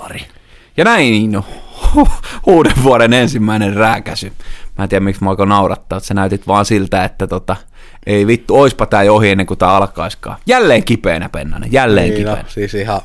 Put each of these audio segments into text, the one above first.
dollari. Ja näin uuden vuoden ensimmäinen rääkäsy. Mä en tiedä, miksi mä alkoi naurattaa, että sä näytit vaan siltä, että ei vittu, oispa tää jo ohi ennen kuin tää alkaiskaan. Jälleen kipeänä, Pennanen, jälleen kipeänä. No, siis ihan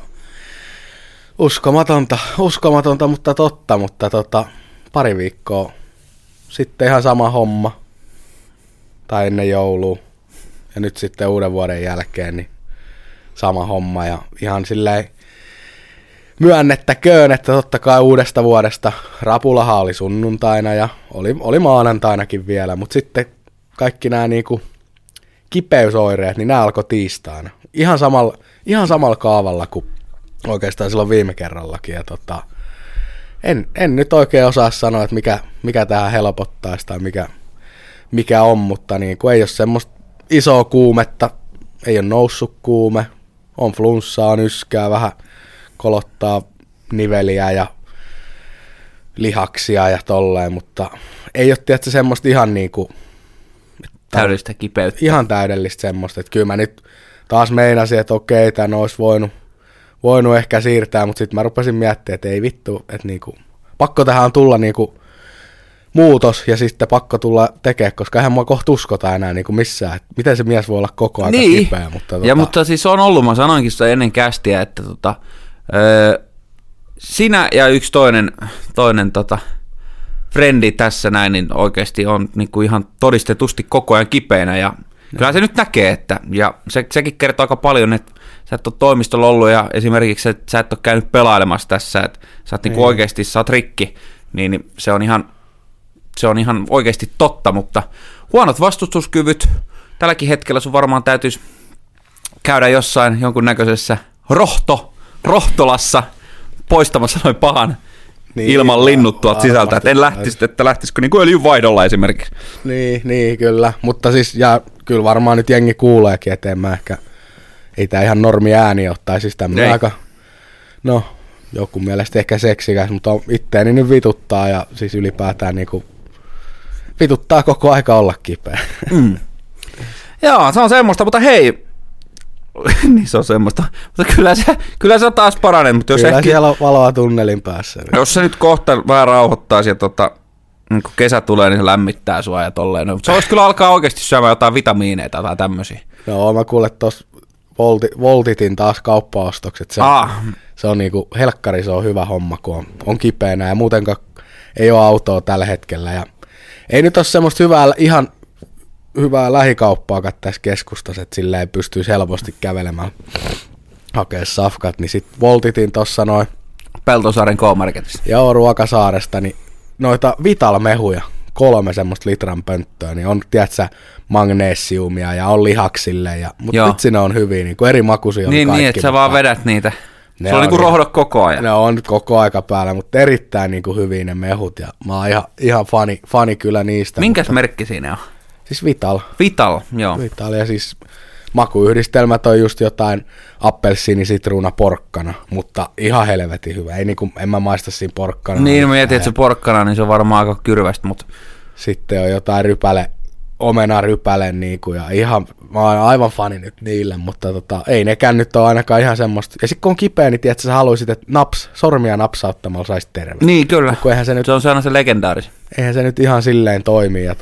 uskomatonta, mutta totta, mutta pari viikkoa sitten ihan sama homma, tai ennen joulua, ja nyt sitten uuden vuoden jälkeen, niin sama homma, ja ihan silleen myönnettäköön, että totta kai uudesta vuodesta rapulahan oli sunnuntaina, ja oli maanantainakin vielä, mutta sitten kaikki nämä niinku kipeysoireet, niin nämä alkoi tiistaina. Ihan samalla kaavalla kuin oikeastaan silloin viime kerrallakin. Ja en nyt oikein osaa sanoa, että mikä tähän helpottaisi tai mikä on, mutta niin kuin ei ole semmoista isoa kuumetta, ei ole noussut kuume, on flunssaa, on yskää, vähän kolottaa niveliä ja lihaksia ja tolleen, mutta ei ole tietysti semmoista ihan niinku täydellistä kipeyttä. Ihan täydellistä semmoista, että kyllä mä nyt taas meinasin, että okei, tän olisi voinut ehkä siirtää, mutta sitten mä rupesin miettimään, että ei vittu, että niinku, pakko tähän on tulla niinku muutos ja sitten pakko tulla tekemään, koska eihän mua kohta uskota enää niinku missään, että miten se mies voi olla koko ajan niin kipeä. Mutta siis on ollut, mä sanoinkin sitä ennen kästiä, että sinä ja yksi toinen frendi tässä näin, niin oikeasti on niinku ihan todistetusti koko ajan kipeänä ja kyllä se nyt näkee, että ja sekin kertoo aika paljon, että sä et ole toimistolla ollut ja esimerkiksi, että sä et ole käynyt pelailemassa tässä, että sä oot niinku oikeasti, sä oot rikki, niin se on ihan oikeasti totta, mutta huonot vastustuskyvyt, tälläkin hetkellä sun varmaan täytyisi käydä jossain jonkunnäköisessä rohtolassa poistamassa noin pahan ilman linnut tuolta sisältä, että en lähtisikö niin kuin öljynvaihdolla esimerkiksi. Niin, kyllä, mutta siis ja kyllä varmaan nyt jengi kuuleekin, että ei tää ihan normi ääni ole, tai siis tämmöinen aika, no joku mielestä ehkä seksikäs, mutta itteeni nyt vituttaa ja siis ylipäätään niinku vituttaa koko aika olla kipeä. Joo, se on semmoista, mutta hei, niin se on semmoista, mutta kyllä se on taas paranen, mutta jos kyllä siellä on valoa tunnelin päässä. Niin. Jos se nyt kohta vähän rauhoittaisi ja kun kesä tulee, niin se lämmittää sua ja tolleen. Mutta se olisi kyllä alkaa oikeasti syömään jotain vitamiineita tai tämmöisiä. Joo, mä kuulen tuossa Voltitin taas kauppaostokset. Se on niinku helkkari, se on hyvä homma, kun on kipeänä ja muutenkaan ei ole autoa tällä hetkellä. Ja ei nyt ole semmoista hyvää lähikauppaa tässä keskustassa, että sillä ei pystyisi helposti kävelemään hakea safkat, niin sitten Voltitin tuossa noin Peltosaaren K-Marketissa. Joo, Ruokasaaresta, niin noita Vital-mehuja, 3 semmoista litran pönttöä, niin on, tiedätkö, magnesiumia ja on lihaksille, mutta vitsi ne on hyviä, niin kuin eri makuisia on niin, kaikki. Niin, että sä vaan vedät niitä. Se on niin kuin rohdot koko ajan. Ne on koko aika päällä, mutta erittäin niin kuin hyviä ne mehut, ja mä oon ihan fani kyllä niistä. Minkäs merkki siinä on? Siis Vital. Vital, joo. Vital, ja siis makuyhdistelmät on just jotain appelsiini, sitruuna, porkkana, mutta ihan helvetin hyvä. Ei niinku, en mä maista siinä porkkana. Niin, mä mietin, että se porkkana, niin se on varmaan aika kyrvästä, mutta sitten on jotain omenarypäle niinku, ja mä oon aivan fani nyt niille, mutta ei nekään nyt ole ainakaan ihan semmoista. Ja sit kun on kipeä, niin tiedät, sä haluisit, että sormia napsauttamalla saisit terve. Niin, kyllä. Se on sellainen se legendaaris. Eihän se nyt ihan silleen toimi, ja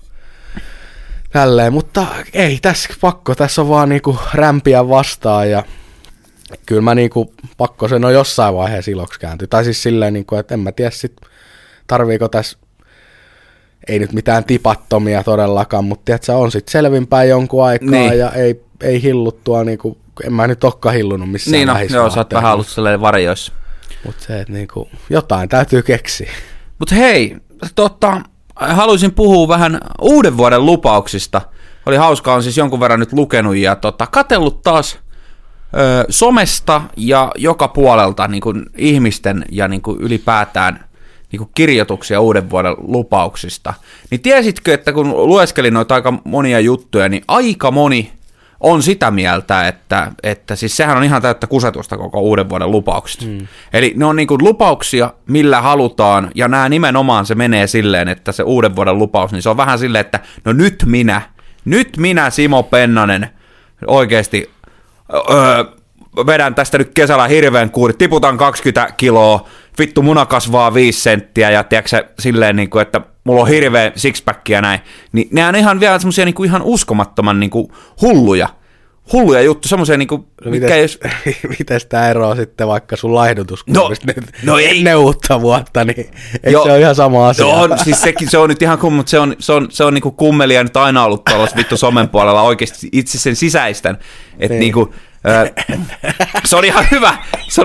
tälleen, mutta ei tässä pakko, tässä on vaan niinku rämpiä vastaan ja kyllä mä niinku pakko sen on jossain vaiheessa iloksi kääntyä. Tai siis silleen niinku, että en mä tiedä sit tarviiko tässä, ei nyt mitään tipattomia todellakaan, mutta tiedätkö, on sit selvinpäin jonkun aikaa niin. Ja ei hilluttua niinku, en mä nyt olekaan hillunut missään niin lähissä. Joo, sä oot vähän ollut silleen varjoissa. Mutta se, että niinku, jotain täytyy keksiä. Mutta hei, haluaisin puhua vähän uuden vuoden lupauksista. Oli hauskaa, on siis jonkun verran nyt lukenut ja katsellut taas somesta ja joka puolelta niin kuin ihmisten ja niin kuin ylipäätään niin kuin kirjoituksia uuden vuoden lupauksista. Niin tiesitkö, että kun lueskelin noita aika monia juttuja, niin aika moni on sitä mieltä, että siis sehän on ihan täyttä kusetusta koko uuden vuoden lupauksista. Eli ne on niin kuin lupauksia, millä halutaan, ja nämä nimenomaan se menee silleen, että se uuden vuoden lupaus, niin se on vähän silleen, että no nyt minä Simo Pennanen oikeasti vedän tästä nyt kesällä hirveän kuuri, tiputan 20 kiloa, vittu muna kasvaa 5 senttiä ja tiedätkö silleen, niin kuin, että mulla on hirveä sixpack ja näin, niin ne on ihan vielä semmosia niin kuin ihan uskomattoman niin kuin hulluja juttu, semmoisia niinku, Miten sitä eroa sitten vaikka sun laihdutuskurvista no ei. ennen uutta vuotta, niin eikö se ole ihan sama asia? No siis se on nyt ihan mutta se on niinku kummelia nyt aina ollut tuolla vittu somen puolella oikeasti itse sen sisäistän, että niin. Niinku, se oli ihan hyvä, se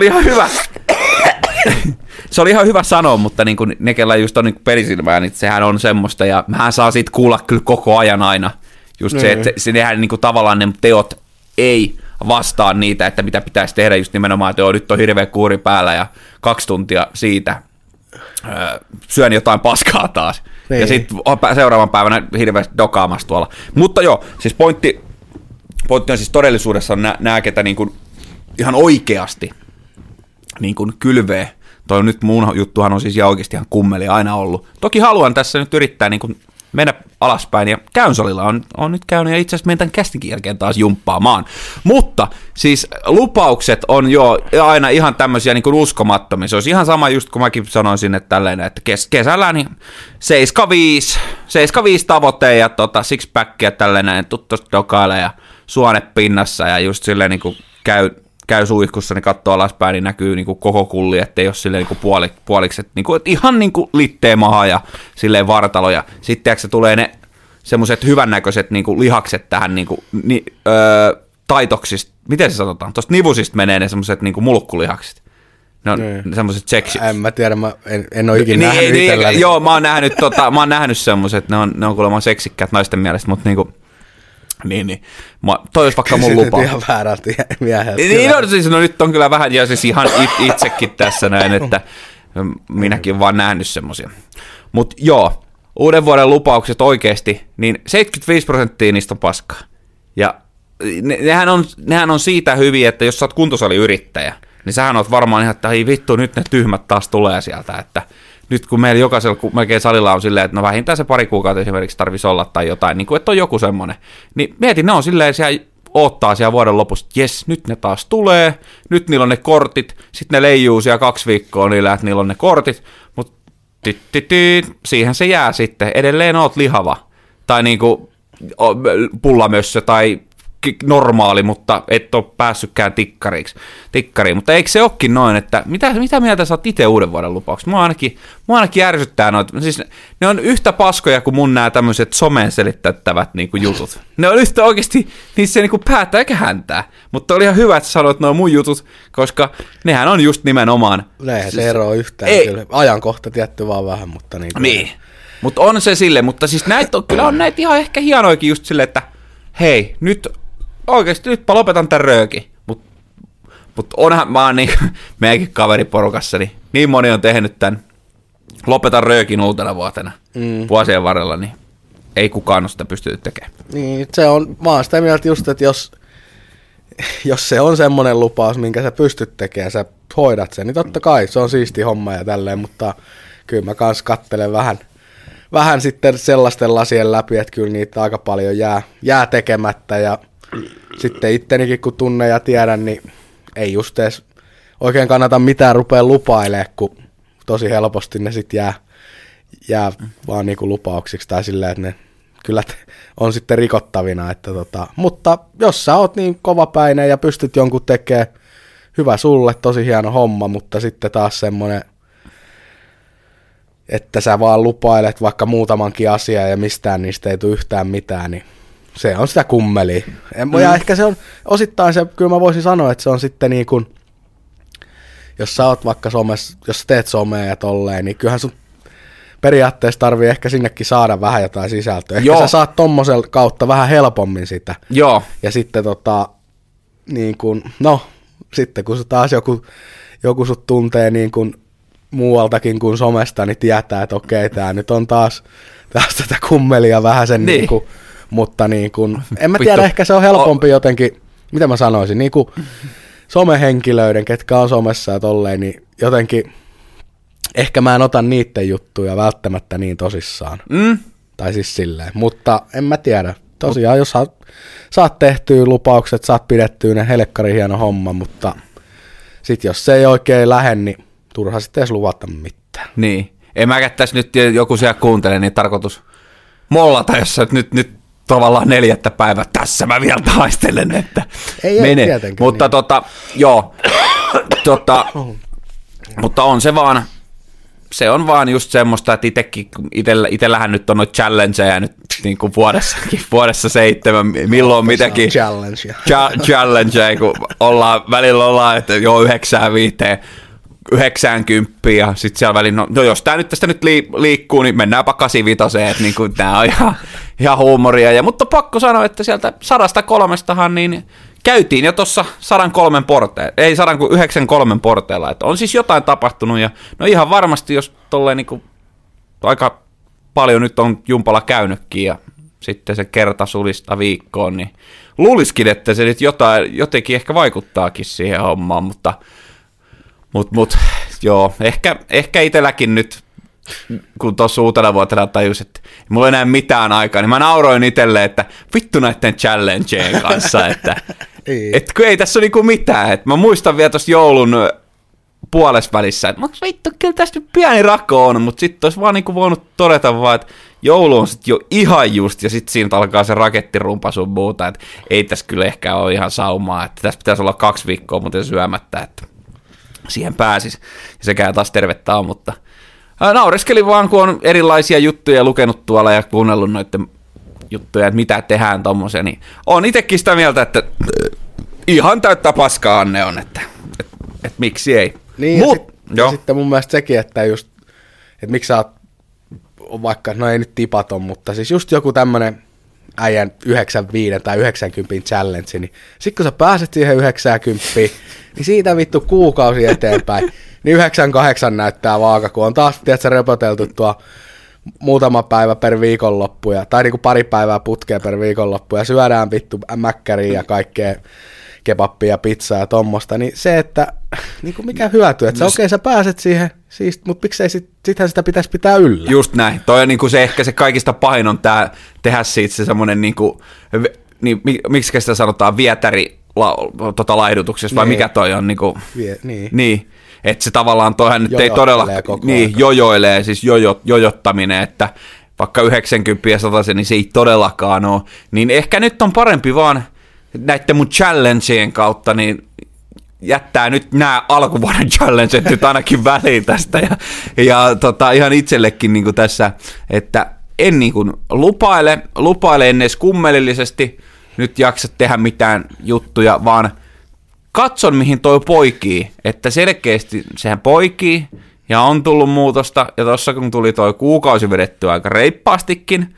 oli ihan hyvä sanoa, mutta niinku, ne kellä just on niinku perisilmää, niin sehän on semmoista, ja mähän saa siitä kuulla kyllä koko ajan aina, just se, että nehän niinku tavallaan ne teot ei vastaa niitä, että mitä pitäisi tehdä just nimenomaan, että nyt on hirveä kuuri päällä ja 2 tuntia siitä syön jotain paskaa taas. Niin. Ja sitten seuraavan päivänä hirveästi dokaamassa tuolla. Mutta joo, siis pointti on siis todellisuudessa nämä ketä niin kuin ihan oikeasti niin kuin kylvee. Toi nyt mun juttuhan on siis ihan oikeasti ihan kummeli aina ollut. Toki haluan tässä nyt yrittää niin kuin mennä alaspäin, ja käynsalilla on nyt käynyt, ja itse asiassa meidän kästikin jälkeen taas jumppaamaan. Mutta siis lupaukset on jo aina ihan tämmöisiä niin kuin uskomattomia. Se olisi ihan sama just, kun mäkin sanoisin, että tällainen, että kesällä niin 7-5 tavoite, ja six-packia tällainen, tuttusti dokaile, ja suone pinnassa, ja just silleen niin kuin käy suihkussa, niin katsoo alaspäin, niin näkyy niin kuin koko kulli, ettei ole silleen niin kuin puoliksi, että ihan niin kuin litteen maha ja silleen vartalo, ja sitten tulee ne semmoiset hyvännäköiset niin kuin lihakset tähän niin kuin, taitoksista, miten se sanotaan, tuosta nivusista menee ne semmoiset niin kuin mulkkulihakset. Ne on semmoiset seksi... En mä tiedä, en ole ikinä nähnyt itselläni. Joo, mä oon nähnyt semmoiset, ne on kuulemma seksikkäät naisten mielestä, mutta niinku... Niin. Toi olisi vaikka mun lupa. Ihan väärältä mieheltä. No nyt on kyllä vähän, ja siis ihan itsekin tässä näin, että minäkin vaan nähnyt semmosia. Mut joo, uuden vuoden lupaukset oikeesti, niin 75% niistä on paskaa. Ja nehän on siitä hyviä, että jos sä oot kuntosaliyrittäjä, niin sähän oot varmaan ihan, että hei vittu, nyt ne tyhmät taas tulee sieltä, että nyt kun meillä jokaisella melkein salilla on silleen, että no vähintään se pari kuukautta esimerkiksi tarvitsisi olla tai jotain, niin kuin, että on joku semmoinen, niin mietin, ne on silleen siellä odottaa siellä vuoden lopussa, että jes, nyt ne taas tulee, nyt niillä on ne kortit, sitten ne leijuu siellä 2 viikkoa niillä, että niillä on ne kortit, mutta siihen se jää sitten, edelleen oot lihava, tai niinku pullamössö tai normaali, mutta et ole päässytkään tikkariin. Mutta eikö se olekin noin, että mitä mieltä sä oot itse uuden vuoden lupaukset? Mua ainakin ärsyttää noita. Siis ne on yhtä paskoja kuin mun nämä tämmöiset someen selittävät niinku jutut. Ne on yhtä oikeasti, niissä niinku päättää eikä häntää. Mutta oli ihan hyvä, että sanoit nuo mun jutut, koska nehän on just nimenomaan... Eihän se eroa yhtään. Kyllä. Ajankohta tietty vaan vähän, mutta niin. Mutta on se sille, mutta siis kyllä on näitä ihan ehkä hienoikin just silleen, että hei, nyt lopetan tämän röökin. Mutta onhan mä oon niin, meidänkin kaveriporukassa, niin moni on tehnyt tämän lopetan röökin uutena vuotena vuosien varrella, niin ei kukaan ole sitä pystynyt tekemään. Niin, mä oon sitä mieltä just, että jos se on semmoinen lupaus, minkä sä pystyt tekemään, sä hoidat sen, niin totta kai se on siisti homma ja tälleen, mutta kyllä mä kans katselen vähän sitten sellaisten lasien läpi, että kyllä niitä aika paljon jää tekemättä, ja sitten ittenikin kun tunnen ja tiedän, niin ei just edes oikein kannata mitään rupea lupailemaan, kun tosi helposti ne sitten jää vaan niinku lupauksiksi tai silleen, että ne kyllä on sitten rikottavina. Että mutta jos sä oot niin kovapäinen ja pystyt jonkun tekemään, hyvä sulle, tosi hieno homma, mutta sitten taas semmoinen, että sä vaan lupailet vaikka muutamankin asian ja mistään niistä ei tule yhtään mitään, niin se on sitä kummelia. Ja ehkä se on osittain se, kyllä mä voisin sanoa, että se on sitten niin kuin, jos sä oot vaikka somessa, jos sä teet somea ja tolleen, niin kyllähän sun periaatteessa tarvii ehkä sinnekin saada vähän jotain sisältöä. Ehkä sä saat tommosella kautta vähän helpommin sitä. Joo. Ja sitten niin kuin, sitten kun taas joku sut tuntee niin kuin muualtakin kuin somesta, niin tietää, että okei, tää nyt on taas tätä kummelia vähän sen niin kuin, mutta niin kuin, en mä tiedä, ehkä se on helpompi jotenkin, mitä mä sanoisin, niin kuin somehenkilöiden, ketkä on somessa ja tolleen, niin jotenkin ehkä mä en ota niiden juttuja välttämättä niin tosissaan. Tai siis silleen, mutta en mä tiedä. tosiaan, jos saat tehtyä lupaukset, saat pidettyä ne, helkkari hieno homma, mutta sitten jos se ei oikein lähde, niin turha sitten edes luvata mitään. Niin, en mäkään tässä nyt joku siellä kuuntele, niin tarkoitus mollata, jos sä nyt tavallaan 4. päivä, tässä mä vielä taistelen, että mene. Mutta niin. Joo, mutta on se on vaan just semmoista, että itsellähän nyt on noita challengeja nyt niin kuin vuodessa 7, milloin mitäkin challengeja, kun välillä ollaan, että joo 90 ja sitten siellä välillä, no jos tää nyt tästä nyt liikkuu, niin mennäänpä 85, että niin kuin tää on ihan huumoria. Mutta pakko sanoa, että sieltä 103 niin käytiin jo tuossa 193 porteilla, että on siis jotain tapahtunut ja no ihan varmasti, jos tolleen niin kuin aika paljon nyt on jumpalla käynytkin ja sitten se kerta sulista viikkoon, niin luulisikin, että se nyt jotenkin ehkä vaikuttaakin siihen hommaan, mutta joo, ehkä itselläkin nyt, kun tuossa uutena vuotena tajus, että mulla ei enää mitään aikaa, niin mä nauroin itselle, että vittu näiden challengeen kanssa, että kun ei tässä ole niinku mitään. Et mä muistan vielä tuossa joulun puolesvälissä, että vittu, kyllä tästä nyt pieni rako on, mutta sitten olisi vaan niinku voinut todeta vaan, että joulu on sitten jo ihan just, ja sitten siinä alkaa se rakettirumpa sun muuta, että ei tässä kyllä ehkä ole ihan saumaa, että tässä pitäisi olla 2 viikkoa muuten syömättä, että siihen pääsisi, ja sekään taas tervettä on, mutta naureskelin vaan, kun on erilaisia juttuja lukenut tuolla ja kuunnellut noiden juttuja, että mitä tehdään tommosia, niin on itsekin sitä mieltä, että ihan täyttä paskaa ne on, että miksi ei. Niin, ja sitten mun mielestä sekin, että just, että miksi sä oot, vaikka, no ei nyt tipaton, mutta siis just joku tämmönen äijän 95 tai 90 challenge, niin sit kun sä pääset siihen 90, niin siitä vittu kuukausi eteenpäin, niin 98 näyttää vaaka, kun on taas, tiedätkö, repoteltu tuo muutama päivä per viikonloppu, tai niinku pari päivää putkea per viikonloppu, ja syödään vittu mäkkäriä ja kaikkea kebappia ja pizzaa ja tommosta, niin se, että niinku mikä hyötyy, että okei, sä pääset siihen, mutta miksei sittenhän sitä pitäisi pitää yllä. Just näin, toi on niinku se ehkä se kaikista pahin on tehdä siitä se semmoinen niinku, miksi sitä sanotaan, vietäri laihdutuksessa, vai mikä toi on niinku, niin. Että se tavallaan toihan nyt ei todella, niin jojoilee, siis jojottaminen, että vaikka 90 ja 100, niin se ei todellakaan ole. Niin ehkä nyt on parempi vaan näiden mun challengeen kautta, niin jättää nyt nämä alkuvuoden challenget nyt ainakin väliin tästä. Ja ihan itsellekin niin kuin tässä, että en niin kuin lupaile en edes kummelillisesti nyt jaksa tehdä mitään juttuja, vaan katson, mihin toi poikii, että selkeästi sehän poikii, ja on tullut muutosta, ja tossa kun tuli toi kuukausi vedettyä aika reippaastikin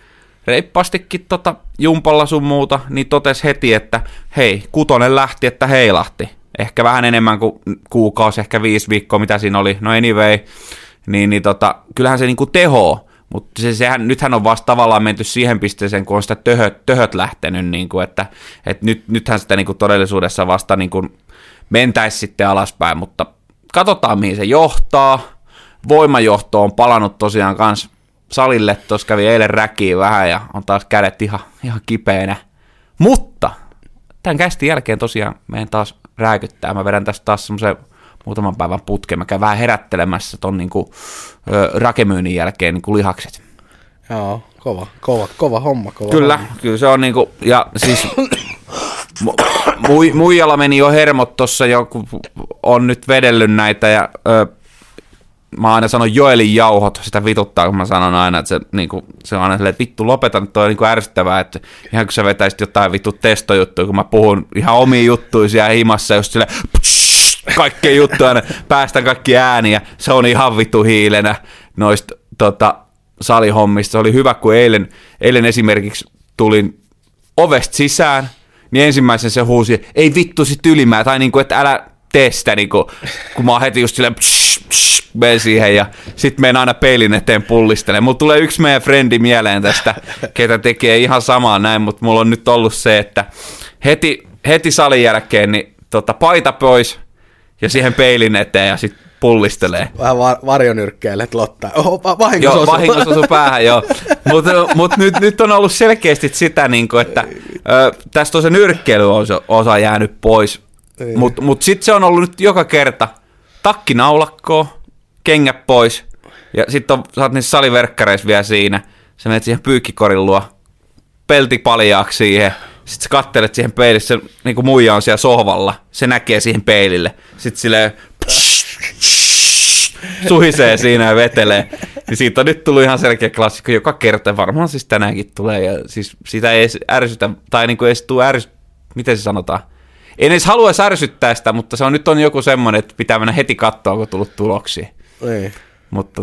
jumpalla sun muuta, niin totes heti, että hei, 6 lähti, että heilahti. Ehkä vähän enemmän kuin kuukausi, ehkä 5 viikkoa, mitä siinä oli, no anyway, niin kyllähän se niinku tehoo, mutta nythän on vasta tavallaan menty siihen pisteeseen, kun on sitä töhöt lähtenyt, niinku, että nythän sitä niinku todellisuudessa vasta niinku mentäisi sitten alaspäin, mutta katsotaan mihin se johtaa. Voimajohto on palannut tosiaan kans salille, tuossa kävi eilen räkiin vähän ja on taas kädet ihan kipeänä. Mutta tämän kästin jälkeen tosiaan meidän taas rääkyttää. Mä vedän tästä taas semmoisen muutaman päivän putkeen. Mä käyn vähän herättelemässä ton niinku, rakemyynnin jälkeen niinku lihakset. Joo, kova homma. Kyllä se on niinku, ja siis muijalla meni jo hermot tossa jo, kun on nyt vedellyt näitä ja mä aina sanon Joelin jauhot, sitä vituttaa, kun mä sanon aina, että se on aina silleen, että vittu lopeta, nyt toi on niinku ärsyttävää, että ihan kun sä vetäisit jotain vittu testojuttuja, kun mä puhun ihan omia juttuja siellä himassa, just silleen kaikkea juttuja, aina päästän kaikki ääniä, se on ihan vittu hiilenä noista salihommista. Se oli hyvä, kun eilen esimerkiksi tulin ovesta sisään, niin ensimmäisen se huusi, ei vittu sit ylimää, tai niinku, että älä tee sitä, niinku, kun mä oon heti just silleen menen siihen ja sit menen aina peilin eteen pullistelemaan. Mulla tulee yksi meidän frendi mieleen tästä, ketä tekee ihan samaa näin, mutta mulla on nyt ollut se, että heti salin jälkeen niin paita pois ja siihen peilin eteen ja sit pullistelee. Vähän varjonyrkkeilet Lotta. Vahingossa osu päähän, joo. Mutta nyt on ollut selkeästi sitä, niin kuin, että tästä on se nyrkkeilyosa jäänyt pois. Mutta sitten se on ollut nyt joka kerta takkinaulakkoon, kengät pois, ja sitten sä oot niissä saliverkkareissa vielä siinä. Sä menet siihen pyykkikorin luo, pelti paljaaksi siihen. Sitten sä kattelet siihen peilissä, niin kuin muija on siellä sohvalla, se näkee siihen peilille. Sitten silleen suhisee siinä ja vetelee. Niin siitä on nyt tullut ihan selkeä klassikko joka kerta, varmaan siis tänäänkin tulee. Ja siis sitä ei edes ärsytä, tai niin kuin ei tule miten se sanotaan? En edes halua edes ärsyttää sitä, mutta se on nyt joku semmoinen, että pitää mennä heti katsoa, onko tullut tuloksia. Ei. Mutta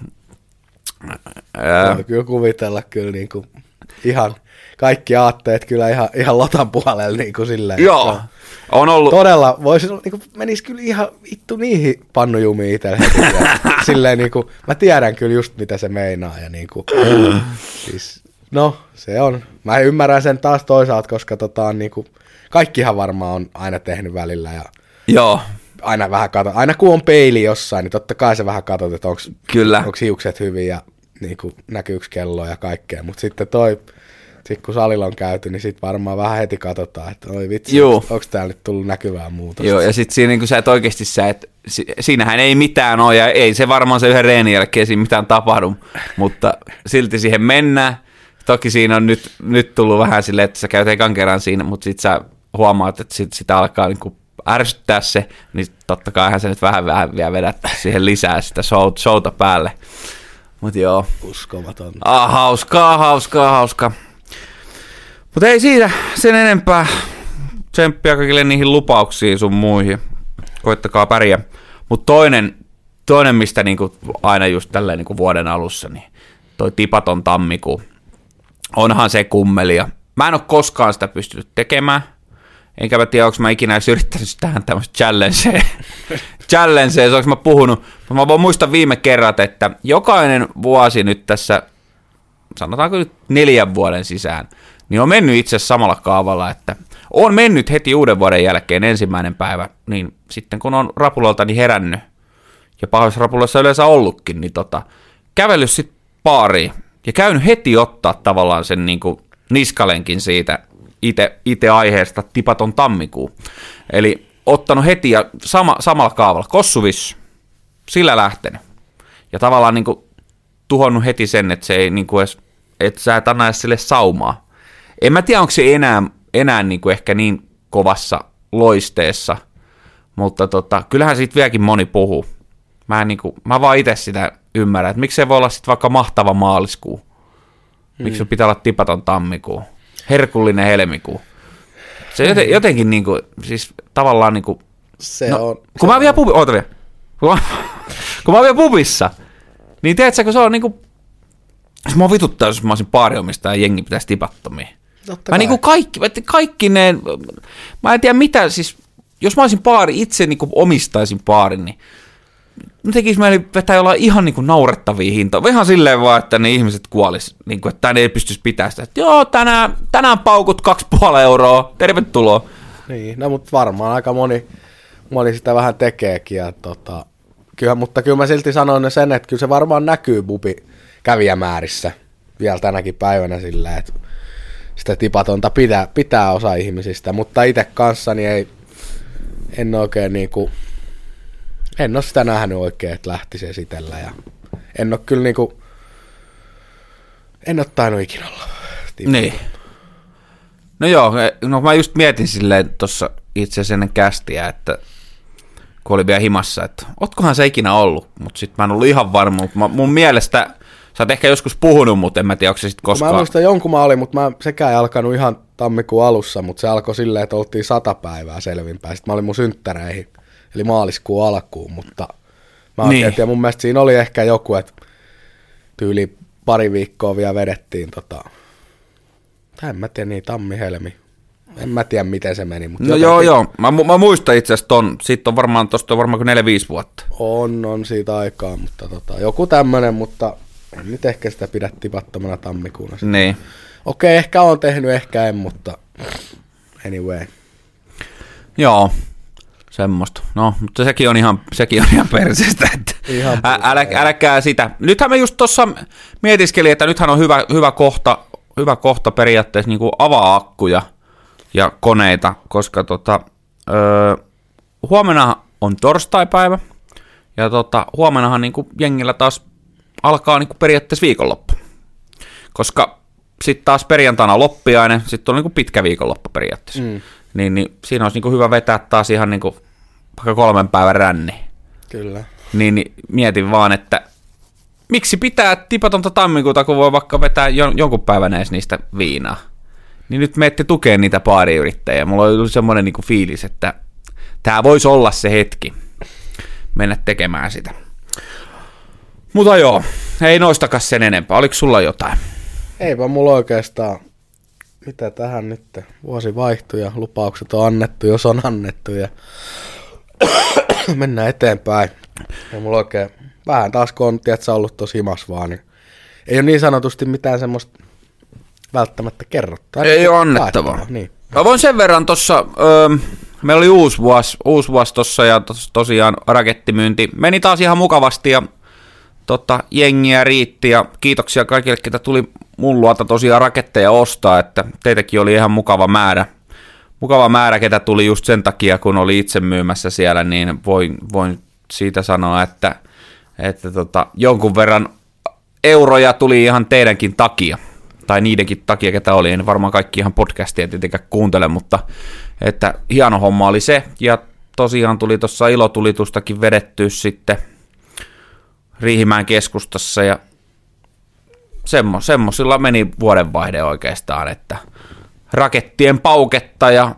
kyllä kuvitella kyllä niinku ihan kaikki aatteet kyllä ihan Lotan puolella niinku silleen. Joo, on ollut. Todella, niinku, menisi kyllä ihan vittu niihin pannujumiin itselle heti. Silleen niinku, mä tiedän kyllä just mitä se meinaa ja niinku, siis, no se on. Mä ymmärrän sen taas toisaalta, koska niinku, kaikkihan varmaan on aina tehnyt välillä ja joo. Aina vähän aina kun on peili jossain, niin totta kai se vähän katsot, että onko hiukset hyvin ja niinku, näkyykö kello ja kaikkea, mutta sitten kun salilla on käyty, niin sitten varmaan vähän heti katsotaan, että oi vitsi, onko täällä nyt tullut näkyvää muutosta. Joo, ja sitten siinä niin sä et oikeasti siinähän ei mitään ole, ja ei se varmaan se yhden reenin jälkeen siinä mitään tapahdu, mutta silti siihen mennään. Toki siinä on nyt tullut vähän silleen, että sä käyt ekan kerran siinä, mutta sitten sä huomaat, että sitä alkaa niinku ärsyttää se, niin totta kaihan se nyt vähän vielä vedättää siihen lisää sitä showta päälle. Mut joo. Uskomaton. Hauskaa. Mutta ei siitä sen enempää. Tsemppiä kaikille niihin lupauksiin sun muihin. Koittakaa pärjää. Mutta toinen mistä niinku aina just tälleen niinku vuoden alussa, niin toi tipaton tammikuu. Onhan se kummelia. Mä en ole koskaan sitä pystynyt tekemään. Enkä mä tiedä, onko mä ikinä edes yrittänyt tähän tämmöistä challengea, onko mä puhunut. Mä voin muistaa viime kerrat, että jokainen vuosi nyt tässä, sanotaanko nyt 4 vuoden sisään, niin on mennyt itse asiassa samalla kaavalla, että on mennyt heti uuden vuoden jälkeen 1. päivä, niin sitten kun on rapulalta niin herännyt, ja pahoissa rapulassa yleensä ollutkin, niin kävellyt sitten baariin, ja käynyt heti ottaa tavallaan sen niin kuin niskalenkin siitä, itse aiheesta tipaton tammikuu. Eli ottanut heti ja samalla kaavalla, kossuvis, sillä lähtenyt. Ja tavallaan niin kuin tuhonnut heti sen, että se ei niin kuin edes, että sä et anna edes sille saumaa. En mä tiedä, onko se enää niin kuin ehkä niin kovassa loisteessa, mutta kyllähän siitä vieläkin moni puhuu. Mä vaan itse sitä ymmärrän, että miksi se voi olla sitten vaikka mahtava maaliskuu. Miksi se pitää olla tipaton tammikuu. Herkullinen helmikuu. Se jotenkin niinku, siis tavallaan niinku, se on. Kun mä oon vielä pubissa, niin tiedätkö, kun se on niinku, jos mä vituttaa, jos mä olisin baariomistaja ja jengi pitäisi tipattomia. Mä niinku kaikki ne, mä en tiedä mitä, siis jos mä olisin baari, itse niinku omistaisin baarin, niin ne tekisi meille vetää jollain ihan niin kuin naurettavia hintoja. Ihan silleen vaan, että ne ihmiset kuolis, niin kuin, että ne ei pystyisi pitämään sitä. Että joo, tänään paukut 2,5 euroa, tervetuloa. Niin, no mutta varmaan aika moni sitä vähän tekeekin. Ja mutta kyllä mä silti sanoin sen, että kyllä se varmaan näkyy bubi kävijämäärissä vielä tänäkin päivänä sillä, että sitä tipatonta pitää osa ihmisistä. Mutta itse kanssani en oikein niinku. En ole sitä nähnyt oikein, että lähtisi esitellä ja en ole kyllä niinku, en ole tainnut ikinä olla. Niin. No joo, no mä just mietin silleen tuossa itse asiassa ennen kästiä, että kun oli vielä himassa, että ootkohan se ikinä ollut, mutta sit mä en ollut ihan varma, mun mielestä sä oot ehkä joskus puhunut, mutta en mä tiedä, onko se sit koskaan. Mä muistan jonkun mä olin, mutta sekään ei alkanut ihan tammikuun alussa, mutta se alkoi silleen, että oltiin 100 päivää selvinpäin. Sitten mä olin mun synttäreihin. Eli maaliskuun alkuun, mutta mä niin. Ja mun mielestä siinä oli ehkä joku, että tyyli pari viikkoa vielä vedettiin en mä tiedä, niin tammi-helmi. En mä tiedä, miten se meni. Mutta no joo. Mä muistan itse asiassa siitä on tosta on varmaan 4-5 vuotta. On siitä aikaa, mutta joku tämmönen, mutta en nyt ehkä sitä pidä tipattomana tammikuuna. Niin. Okei, ehkä on tehnyt, ehkä en, mutta anyway. Joo. semmoista. No, mutta sekin on ihan perseestä, että äläkää sitä. Nythän me just tuossa mietiskelin, että nythän on hyvä kohta periaatteessa niin kuin avaa akkuja ja koneita, koska huomenna on torstaipäivä, ja huomennahan niin kuin jengillä taas alkaa niin kuin periaatteessa viikonloppu, koska sitten taas perjantaina loppiainen, sitten on niin kuin pitkä viikonloppu periaatteessa. Niin siinä olisi niin kuin hyvä vetää taas ihan niin kuin vaikka 3 päivän ränni. Kyllä. Niin mietin vaan, että miksi pitää tipatonta tammikuuta, kun voi vaikka vetää jonkun päivän edes niistä viinaa. Niin nyt menette tukea niitä baariyrittäjiä. Mulla oli tullut semmoinen niin kuin fiilis, että tämä voisi olla se hetki mennä tekemään sitä. Mutta joo, ei noistakaan sen enempää. Oliko sulla jotain? Eipä mulla oikeastaan. Mitä tähän nyt? Vuosi vaihtui ja lupaukset on annettu, jos on annettu. Ja mennään eteenpäin. Ja mulla oikein vähän taas kun on ollut tosi himas vaan, niin ei ole niin sanotusti mitään semmoista välttämättä kerrottaa. Ei ole annettavaa. Niin. Mä voin sen verran tuossa, meillä oli uusi vuosi tuossa ja tosiaan rakettimyynti meni taas ihan mukavasti ja jengiä riitti ja kiitoksia kaikille, ketä tuli mun luota tosiaan raketteja ostaa, että teitäkin oli ihan mukava määrä, ketä tuli just sen takia, kun oli itse myymässä siellä, niin voin siitä sanoa, että jonkun verran euroja tuli ihan teidänkin takia, tai niidenkin takia, ketä oli, en varmaan kaikki ihan podcastia tietenkään kuuntele, mutta että hieno homma oli se, ja tosiaan tuli tuossa ilotulitustakin vedettyä sitten Riihimäen keskustassa, ja semmosilla meni vuodenvaihde oikeastaan, että rakettien pauketta ja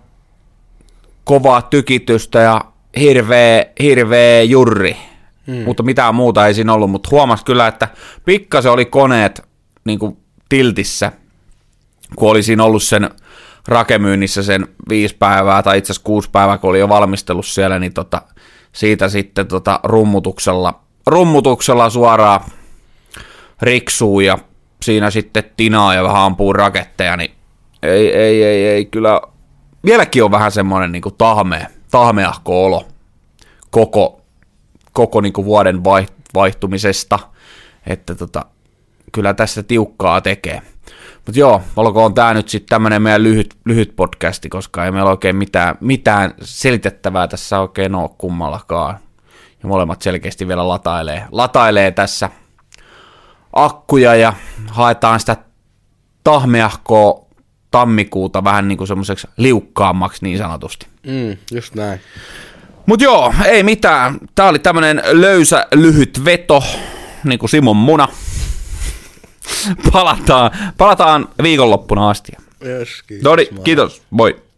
kovaa tykitystä ja hirveä jurri, mutta mitään muuta ei siinä ollut, mutta huomasi kyllä, että pikkasen oli koneet niin kuin tiltissä, kun oli siinä ollut sen rakemyynnissä sen 5 päivää tai itse asiassa 6 päivää, kun oli jo valmistellut siellä, niin siitä sitten rummutuksella suoraan riksuu ja siinä sitten tinaa ja vähän ampuu raketteja, niin ei kyllä, vieläkin on vähän semmoinen niin kuin tahmeahko olo koko niin kuin vuoden vaihtumisesta, että kyllä tässä tiukkaa tekee. Mutta joo, olkoon tämä nyt sitten tämmöinen meidän lyhyt podcasti, koska ei meillä oikein mitään selitettävää tässä oikein ole kummallakaan. Ja molemmat selkeästi vielä latailee tässä akkuja ja haetaan sitä tahmeahkoa tammikuuta vähän niin kuin semmoiseksi liukkaammaksi niin sanotusti. Just näin. Mut joo, ei mitään. Tää oli tämmönen löysä lyhyt veto, niin kuin Simon muna. Palataan viikonloppuna asti. Yes, kiitos. Kiitos, moi.